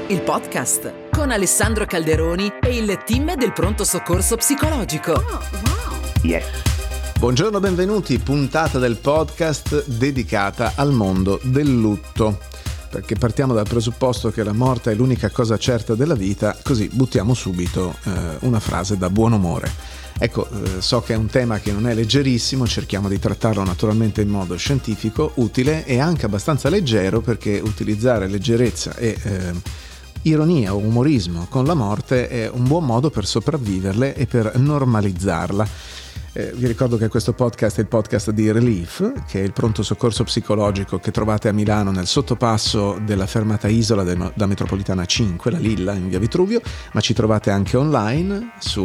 il podcast con Alessandro Calderoni e il team del pronto soccorso psicologico. Oh, wow. Yes. Buongiorno, benvenuti, puntata del podcast dedicata al mondo del lutto. Perché partiamo dal presupposto che la morte è l'unica cosa certa della vita, così buttiamo subito una frase da buon umore. Ecco, so che è un tema che non è leggerissimo, cerchiamo di trattarlo naturalmente in modo scientifico, utile e anche abbastanza leggero, perché utilizzare leggerezza e ironia o umorismo con la morte è un buon modo per sopravviverle e per normalizzarla. Vi ricordo che questo podcast è il podcast di Relief, che è il pronto soccorso psicologico che trovate a Milano nel sottopasso della fermata Isola da Metropolitana 5, la Lilla, in via Vitruvio, ma ci trovate anche online su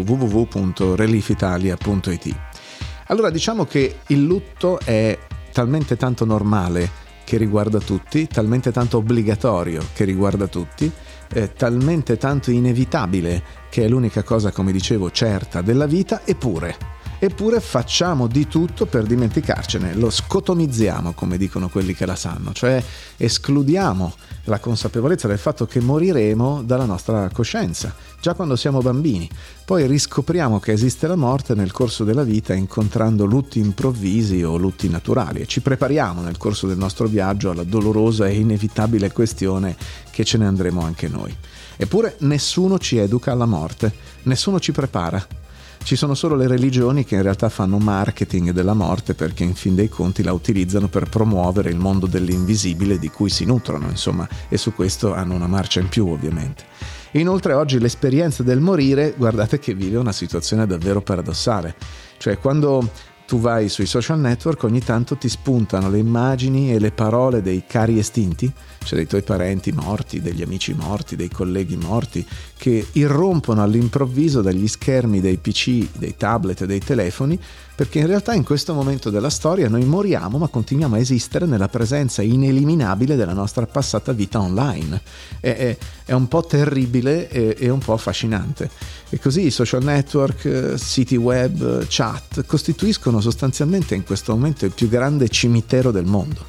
www.reliefitalia.it. Allora, diciamo che il lutto è talmente tanto normale che riguarda tutti, talmente tanto obbligatorio che riguarda tutti, talmente tanto inevitabile che è l'unica cosa, come dicevo, certa della vita, Eppure facciamo di tutto per dimenticarcene, lo scotomizziamo, come dicono quelli che la sanno, cioè escludiamo la consapevolezza del fatto che moriremo dalla nostra coscienza, già quando siamo bambini. Poi riscopriamo che esiste la morte nel corso della vita, incontrando lutti improvvisi o lutti naturali, e ci prepariamo nel corso del nostro viaggio alla dolorosa e inevitabile questione che ce ne andremo anche noi. Eppure nessuno ci educa alla morte, nessuno ci prepara. Ci sono solo le religioni che in realtà fanno marketing della morte, perché in fin dei conti la utilizzano per promuovere il mondo dell'invisibile di cui si nutrono, insomma, e su questo hanno una marcia in più, ovviamente. Inoltre oggi l'esperienza del morire, guardate che vive una situazione davvero paradossale, cioè quando tu vai sui social network ogni tanto ti spuntano le immagini e le parole dei cari estinti, cioè dei tuoi parenti morti, degli amici morti, dei colleghi morti, che irrompono all'improvviso dagli schermi dei PC, dei tablet e dei telefoni, perché in realtà in questo momento della storia noi moriamo ma continuiamo a esistere nella presenza ineliminabile della nostra passata vita online. È un po' terribile e un po' affascinante. E così i social network, siti web, chat costituiscono sostanzialmente in questo momento il più grande cimitero del mondo.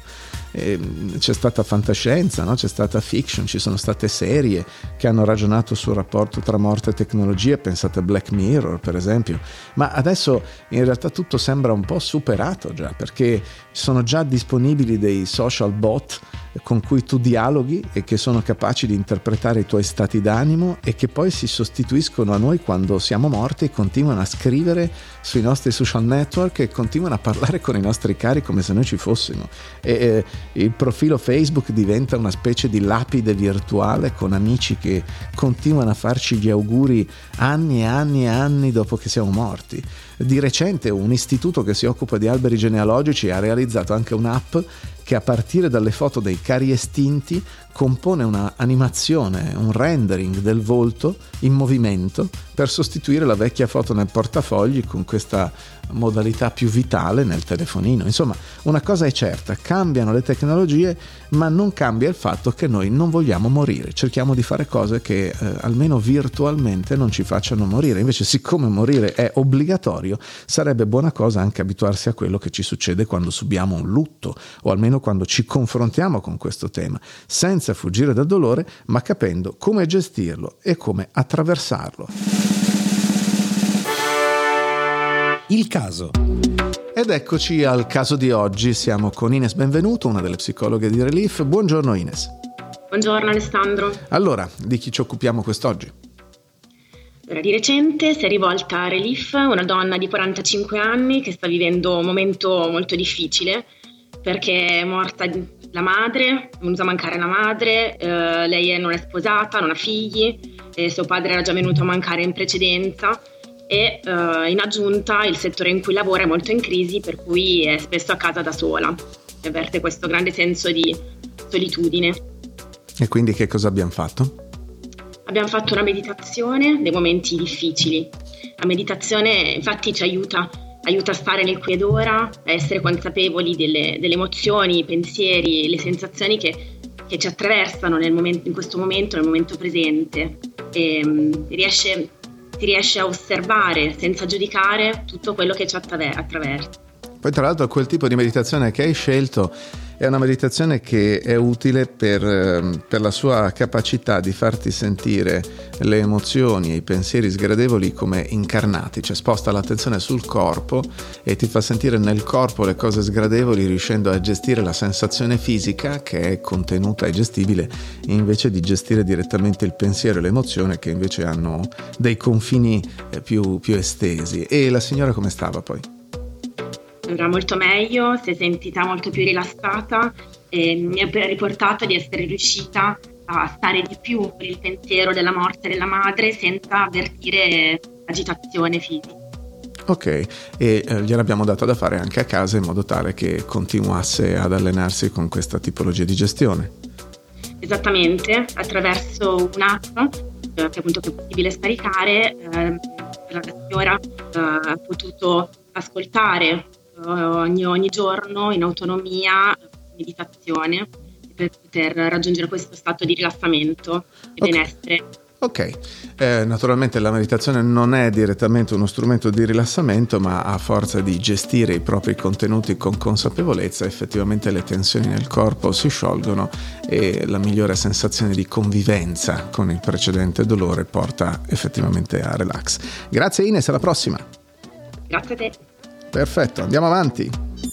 C'è stata fantascienza, no? C'è stata fiction, ci sono state serie che hanno ragionato sul rapporto tra morte e tecnologia, pensate a Black Mirror per esempio, ma adesso in realtà tutto sembra un po' superato già, perché sono già disponibili dei social bot con cui tu dialoghi e che sono capaci di interpretare i tuoi stati d'animo e che poi si sostituiscono a noi quando siamo morti e continuano a scrivere sui nostri social network e continuano a parlare con i nostri cari come se noi ci fossimo. Il profilo Facebook diventa una specie di lapide virtuale con amici che continuano a farci gli auguri anni e anni e anni dopo che siamo morti. Di recente un istituto che si occupa di alberi genealogici ha realizzato anche un'app che a partire dalle foto dei cari estinti compone una animazione, un rendering del volto in movimento per sostituire la vecchia foto nel portafogli con questa modalità più vitale nel telefonino. Insomma, una cosa è certa, cambiano le tecnologie, ma non cambia il fatto che noi non vogliamo morire. Cerchiamo di fare cose che almeno virtualmente non ci facciano morire. Invece, siccome morire è obbligatorio, sarebbe buona cosa anche abituarsi a quello che ci succede quando subiamo un lutto, o almeno quando ci confrontiamo con questo tema, senza fuggire dal dolore, ma capendo come gestirlo e come attraversarlo. Il caso. Ed eccoci al caso di oggi. Siamo con Ines Benvenuto, una delle psicologhe di Relief. Buongiorno Ines. Buongiorno Alessandro. Allora, di chi ci occupiamo quest'oggi? Di recente si è rivolta a Relief una donna di 45 anni che sta vivendo un momento molto difficile perché è morta la madre, è venuta a mancare la madre, lei non è sposata, non ha figli, suo padre era già venuto a mancare in precedenza e in aggiunta il settore in cui lavora è molto in crisi, per cui è spesso a casa da sola e avverte questo grande senso di solitudine. E quindi che cosa abbiamo fatto? Abbiamo fatto una meditazione nei momenti difficili. La meditazione infatti ci aiuta a stare nel qui ed ora, a essere consapevoli delle emozioni, i pensieri, le sensazioni che ci attraversano in questo momento, nel momento presente. E si riesce a osservare senza giudicare tutto quello che ci attraversa. Poi tra l'altro quel tipo di meditazione che hai scelto è una meditazione che è utile per la sua capacità di farti sentire le emozioni e i pensieri sgradevoli come incarnati, cioè sposta l'attenzione sul corpo e ti fa sentire nel corpo le cose sgradevoli, riuscendo a gestire la sensazione fisica che è contenuta e gestibile, invece di gestire direttamente il pensiero e l'emozione, che invece hanno dei confini più estesi. E la signora come stava poi? Era molto meglio, si è sentita molto più rilassata e mi ha riportato di essere riuscita a stare di più per il pensiero della morte della madre senza avvertire agitazione fisica. Ok, e gliel'abbiamo dato da fare anche a casa in modo tale che continuasse ad allenarsi con questa tipologia di gestione. Esattamente, attraverso un'app che appunto è possibile scaricare, la signora ha potuto ascoltare ogni giorno in autonomia meditazione per poter raggiungere questo stato di rilassamento e benessere. Ok, naturalmente la meditazione non è direttamente uno strumento di rilassamento, ma a forza di gestire i propri contenuti con consapevolezza, effettivamente le tensioni nel corpo si sciolgono e la migliore sensazione di convivenza con il precedente dolore porta effettivamente a relax. Grazie Ines, alla prossima. Grazie a te. Perfetto, andiamo avanti.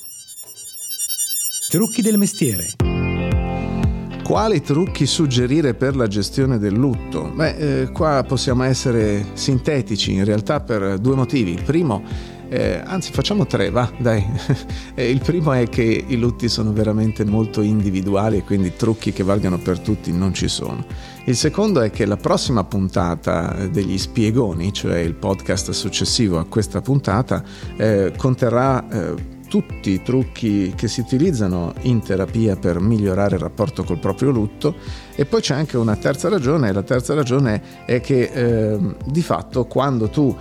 Trucchi del mestiere. Quali trucchi suggerire per la gestione del lutto? Qua possiamo essere sintetici in realtà per due motivi. Il primo, anzi facciamo tre, va, dai. Il primo è che i lutti sono veramente molto individuali e quindi trucchi che valgano per tutti non ci sono. Il secondo è che la prossima puntata degli Spiegoni, cioè il podcast successivo a questa puntata, conterrà tutti i trucchi che si utilizzano in terapia per migliorare il rapporto col proprio lutto. E poi c'è anche una terza ragione, e la terza ragione è che di fatto quando tu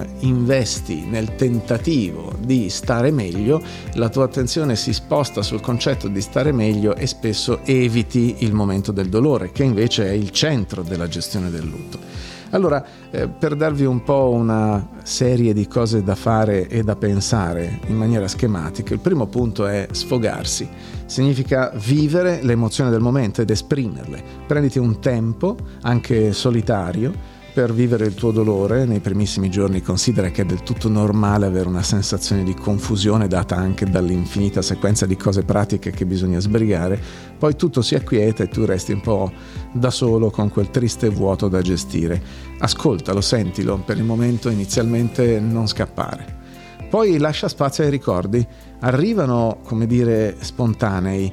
investi nel tentativo di stare meglio, la tua attenzione si sposta sul concetto di stare meglio e spesso eviti il momento del dolore, che invece è il centro della gestione del lutto. Allora, per darvi un po' una serie di cose da fare e da pensare in maniera schematica, il primo punto è sfogarsi. Significa vivere le emozioni del momento ed esprimerle. Prenditi un tempo, anche solitario, per vivere il tuo dolore. Nei primissimi giorni considera che è del tutto normale avere una sensazione di confusione data anche dall'infinita sequenza di cose pratiche che bisogna sbrigare. Poi tutto si acquieta e tu resti un po' da solo con quel triste vuoto da gestire. Ascoltalo, sentilo, per il momento inizialmente non scappare. Poi lascia spazio ai ricordi. Arrivano, come dire, spontanei,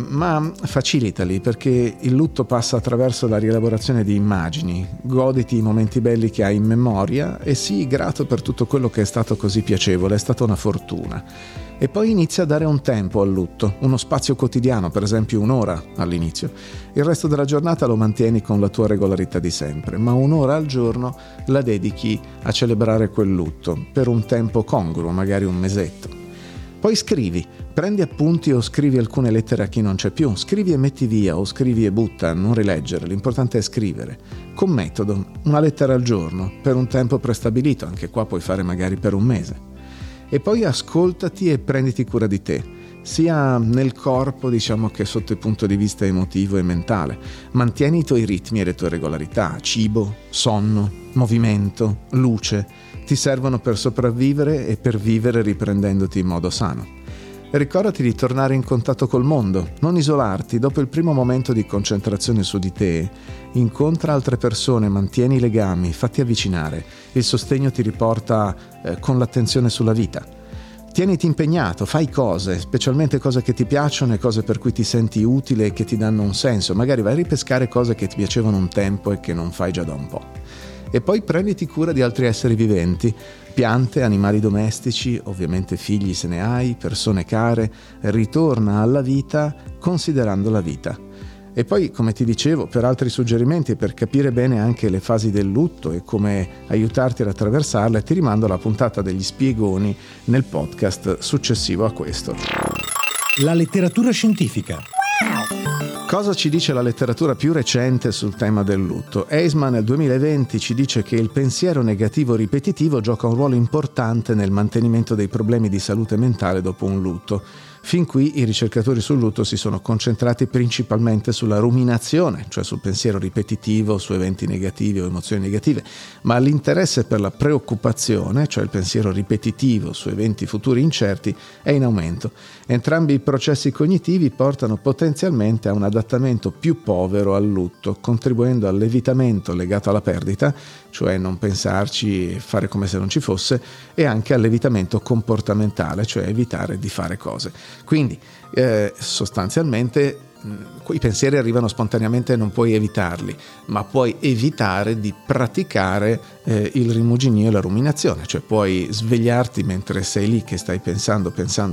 ma facilitali, perché il lutto passa attraverso la rielaborazione di immagini. Goditi i momenti belli che hai in memoria e sii grato per tutto quello che è stato così piacevole, è stata una fortuna. E poi inizia a dare un tempo al lutto, uno spazio quotidiano, per esempio un'ora all'inizio. Il resto della giornata lo mantieni con la tua regolarità di sempre, ma un'ora al giorno la dedichi a celebrare quel lutto, per un tempo congruo, magari un mesetto. Poi scrivi, prendi appunti o scrivi alcune lettere a chi non c'è più, scrivi e metti via o scrivi e butta, non rileggere, l'importante è scrivere. Con metodo, una lettera al giorno, per un tempo prestabilito, anche qua puoi fare magari per un mese. E poi ascoltati e prenditi cura di te, sia nel corpo diciamo che sotto il punto di vista emotivo e mentale. Mantieni i tuoi ritmi e le tue regolarità, cibo, sonno, movimento, luce, ti servono per sopravvivere e per vivere riprendendoti in modo sano. Ricordati di tornare in contatto col mondo, non isolarti. Dopo il primo momento di concentrazione su di te, incontra altre persone, mantieni i legami, fatti avvicinare. Il sostegno ti riporta con l'attenzione sulla vita. Tieniti impegnato, fai cose, specialmente cose che ti piacciono e cose per cui ti senti utile e che ti danno un senso. Magari vai a ripescare cose che ti piacevano un tempo e che non fai già da un po'. E poi prenditi cura di altri esseri viventi, piante, animali domestici, ovviamente figli se ne hai, persone care. Ritorna alla vita considerando la vita. E poi, come ti dicevo, per altri suggerimenti e per capire bene anche le fasi del lutto e come aiutarti ad attraversarle, ti rimando alla puntata degli Spiegoni nel podcast successivo a questo. La letteratura scientifica. Cosa ci dice la letteratura più recente sul tema del lutto? Eisman nel 2020 ci dice che il pensiero negativo ripetitivo gioca un ruolo importante nel mantenimento dei problemi di salute mentale dopo un lutto. Fin qui i ricercatori sul lutto si sono concentrati principalmente sulla ruminazione, cioè sul pensiero ripetitivo, su eventi negativi o emozioni negative, ma l'interesse per la preoccupazione, cioè il pensiero ripetitivo su eventi futuri incerti, è in aumento. Entrambi i processi cognitivi portano potenzialmente a un adattamento più povero al lutto, contribuendo all'evitamento legato alla perdita, cioè non pensarci e fare come se non ci fosse, e anche all'evitamento comportamentale, cioè evitare di fare cose. Quindi sostanzialmente i pensieri arrivano spontaneamente e non puoi evitarli, ma puoi evitare di praticare il rimuginio e la ruminazione, cioè puoi svegliarti mentre sei lì che stai pensando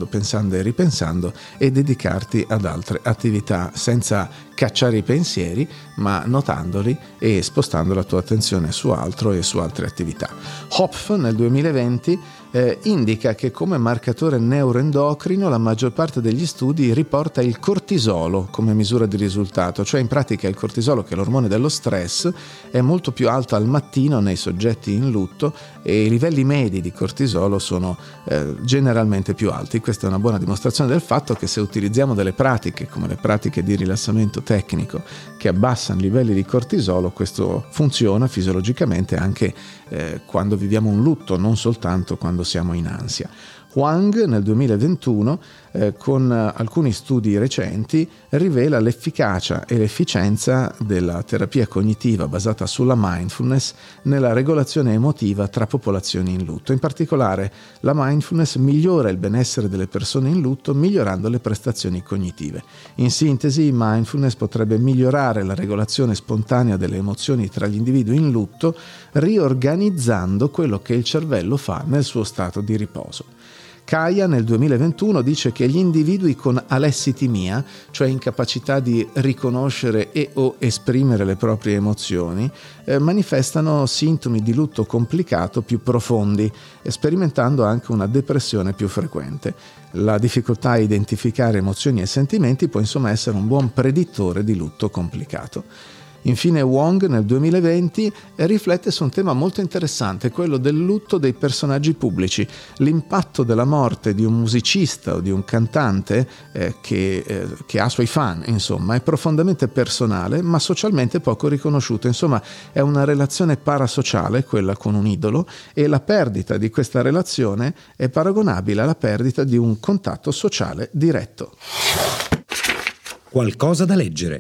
e ripensando e dedicarti ad altre attività senza cacciare i pensieri, ma notandoli e spostando la tua attenzione su altro e su altre attività. Hopf nel 2020 indica che come marcatore neuroendocrino la maggior parte degli studi riporta il cortisolo come misura di risultato, cioè in pratica il cortisolo, che è l'ormone dello stress, è molto più alto al mattino nei soggetti in lutto e i livelli medi di cortisolo sono generalmente più alti. Questa è una buona dimostrazione del fatto che se utilizziamo delle pratiche come le pratiche di rilassamento tecnico che abbassano i livelli di cortisolo, questo funziona fisiologicamente anche quando viviamo un lutto, non soltanto quando siamo in ansia. Huang nel 2021 con alcuni studi recenti rivela l'efficacia e l'efficienza della terapia cognitiva basata sulla mindfulness nella regolazione emotiva tra popolazioni in lutto. In particolare la mindfulness migliora il benessere delle persone in lutto migliorando le prestazioni cognitive. In sintesi, mindfulness potrebbe migliorare la regolazione spontanea delle emozioni tra gli individui in lutto riorganizzando quello che il cervello fa nel suo stato di riposo. Kaya nel 2021 dice che gli individui con alessitimia, cioè incapacità di riconoscere e o esprimere le proprie emozioni, manifestano sintomi di lutto complicato più profondi, sperimentando anche una depressione più frequente. La difficoltà a identificare emozioni e sentimenti può insomma essere un buon predittore di lutto complicato. Infine Wong nel 2020 riflette su un tema molto interessante, quello del lutto dei personaggi pubblici. L'impatto della morte di un musicista o di un cantante che ha suoi fan, insomma, è profondamente personale ma socialmente poco riconosciuto. Insomma, è una relazione parasociale, quella con un idolo, e la perdita di questa relazione è paragonabile alla perdita di un contatto sociale diretto. Qualcosa da leggere.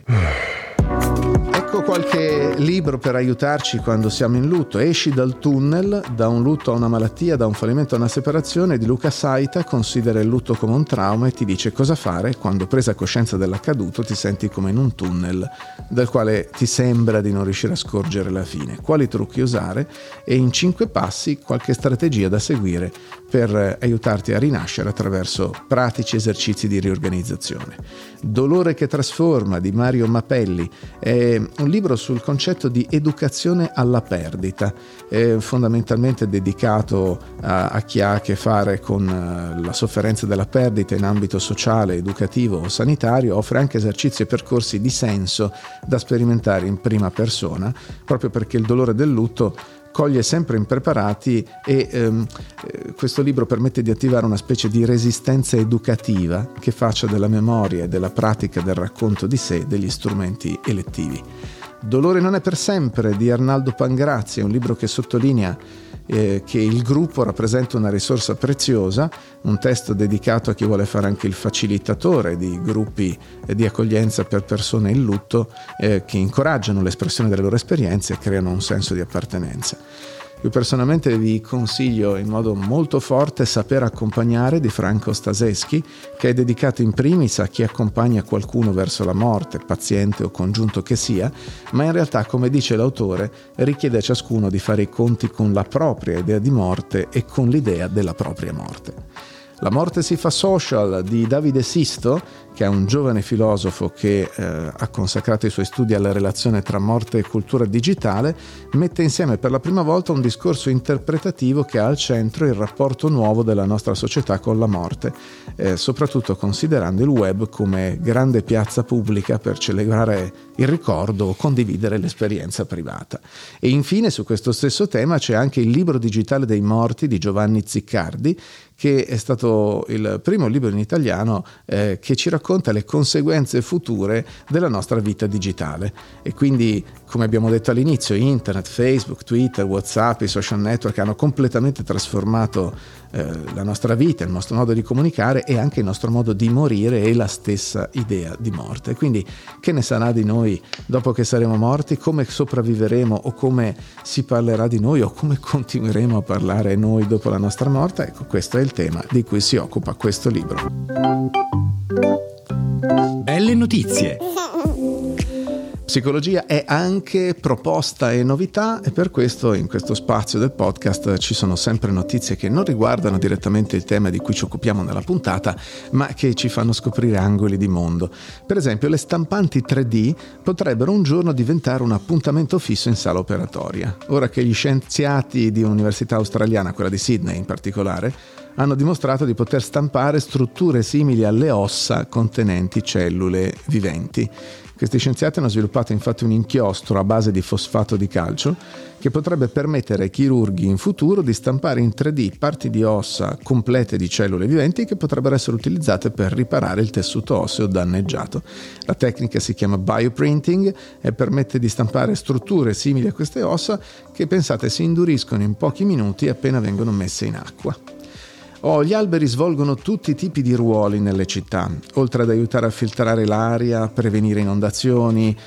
Ecco qualche libro per aiutarci quando siamo in lutto. Esci dal tunnel, da un lutto a una malattia, da un fallimento a una separazione, di Luca Saita. Considera il lutto come un trauma e ti dice cosa fare quando, presa coscienza dell'accaduto, ti senti come in un tunnel dal quale ti sembra di non riuscire a scorgere la fine. Quali trucchi usare e in 5 passi qualche strategia da seguire per aiutarti a rinascere attraverso pratici esercizi di riorganizzazione. Dolore che trasforma di Mario Mapelli è un libro sul concetto di educazione alla perdita, è fondamentalmente dedicato a chi ha a che fare con la sofferenza della perdita in ambito sociale, educativo o sanitario. Offre anche esercizi e percorsi di senso da sperimentare in prima persona, proprio perché il dolore del lutto coglie sempre impreparati e questo libro permette di attivare una specie di resistenza educativa che faccia della memoria e della pratica del racconto di sé degli strumenti elettivi. Dolore non è per sempre di Arnaldo Pangrazzi è un libro che sottolinea che il gruppo rappresenta una risorsa preziosa, un testo dedicato a chi vuole fare anche il facilitatore di gruppi di accoglienza per persone in lutto che incoraggiano l'espressione delle loro esperienze e creano un senso di appartenenza. Io personalmente vi consiglio in modo molto forte Saper accompagnare di Franco Staseschi, che è dedicato in primis a chi accompagna qualcuno verso la morte, paziente o congiunto che sia, ma in realtà, come dice l'autore, richiede a ciascuno di fare i conti con la propria idea di morte e con l'idea della propria morte. La morte si fa social di Davide Sisto, che è un giovane filosofo che ha consacrato i suoi studi alla relazione tra morte e cultura digitale, mette insieme per la prima volta un discorso interpretativo che ha al centro il rapporto nuovo della nostra società con la morte, soprattutto considerando il web come grande piazza pubblica per celebrare il ricordo o condividere l'esperienza privata. E infine su questo stesso tema c'è anche il libro digitale dei morti di Giovanni Ziccardi, che è stato il primo libro in italiano che ci racconta le conseguenze future della nostra vita digitale. E quindi, come abbiamo detto all'inizio, internet, Facebook, Twitter, WhatsApp, i social network hanno completamente trasformato la nostra vita, il nostro modo di comunicare e anche il nostro modo di morire e la stessa idea di morte. Quindi che ne sarà di noi dopo che saremo morti? Come sopravviveremo o come si parlerà di noi o come continueremo a parlare noi dopo la nostra morte? Ecco, questo è il tema di cui si occupa questo libro. Belle notizie. Psicologia è anche proposta e novità, e per questo in questo spazio del podcast ci sono sempre notizie che non riguardano direttamente il tema di cui ci occupiamo nella puntata, ma che ci fanno scoprire angoli di mondo. Per esempio, le stampanti 3D potrebbero un giorno diventare un appuntamento fisso in sala operatoria. Ora che gli scienziati di un'università australiana, quella di Sydney in particolare, hanno dimostrato di poter stampare strutture simili alle ossa contenenti cellule viventi. Questi scienziati hanno sviluppato infatti un inchiostro a base di fosfato di calcio che potrebbe permettere ai chirurghi in futuro di stampare in 3D parti di ossa complete di cellule viventi che potrebbero essere utilizzate per riparare il tessuto osseo danneggiato. La tecnica si chiama bioprinting e permette di stampare strutture simili a queste ossa che, pensate, si induriscono in pochi minuti appena vengono messe in acqua. Gli alberi svolgono tutti i tipi di ruoli nelle città, oltre ad aiutare a filtrare l'aria, prevenire inondazioni.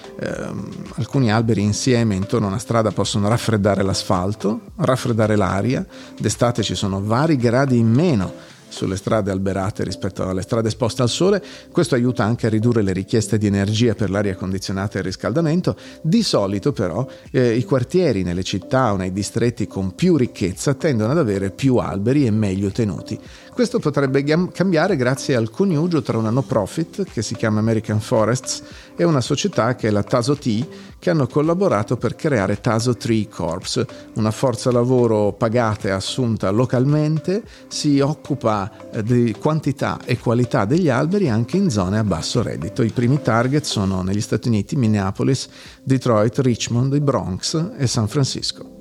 Alcuni alberi insieme intorno a una strada possono raffreddare l'asfalto, raffreddare l'aria. D'estate ci sono vari gradi in meno sulle strade alberate rispetto alle strade esposte al sole. Questo aiuta anche a ridurre le richieste di energia per l'aria condizionata e il riscaldamento. Di solito però i quartieri nelle città o nei distretti con più ricchezza tendono ad avere più alberi e meglio tenuti. Questo potrebbe cambiare grazie al coniugio tra una no profit che si chiama American Forests e una società che è la Taso Tea, che hanno collaborato per creare Taso Tree Corps, una forza lavoro pagata e assunta localmente, si occupa di quantità e qualità degli alberi anche in zone a basso reddito. I primi target sono negli Stati Uniti, Minneapolis, Detroit, Richmond, il Bronx e San Francisco.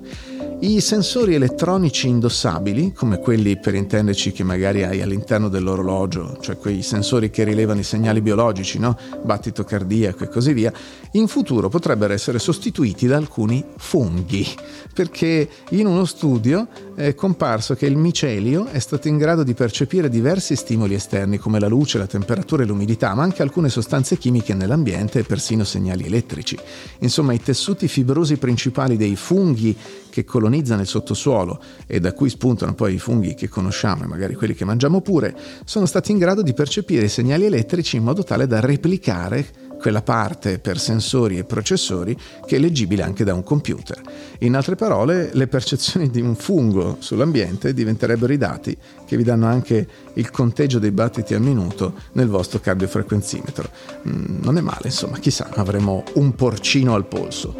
I sensori elettronici indossabili, come quelli, per intenderci, che magari hai all'interno dell'orologio, cioè quei sensori che rilevano i segnali biologici, no? Battito cardiaco e così via, in futuro potrebbero essere sostituiti da alcuni funghi, perché in uno studio è comparso che il micelio è stato in grado di percepire diversi stimoli esterni come la luce, la temperatura e l'umidità, ma anche alcune sostanze chimiche nell'ambiente e persino segnali elettrici. Insomma, i tessuti fibrosi principali dei funghi che colonizzano il sottosuolo e da cui spuntano poi i funghi che conosciamo e magari quelli che mangiamo pure, sono stati in grado di percepire i segnali elettrici in modo tale da replicare quella parte per sensori e processori che è leggibile anche da un computer. In altre parole, le percezioni di un fungo sull'ambiente diventerebbero i dati che vi danno anche il conteggio dei battiti al minuto nel vostro cardiofrequenzimetro. Non è male, insomma, chissà, avremo un porcino al polso.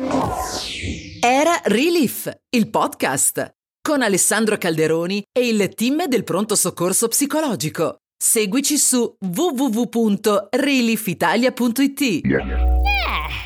Era Relief, il podcast, con Alessandro Calderoni e il team del pronto soccorso psicologico. Seguici su www.reliefitalia.it.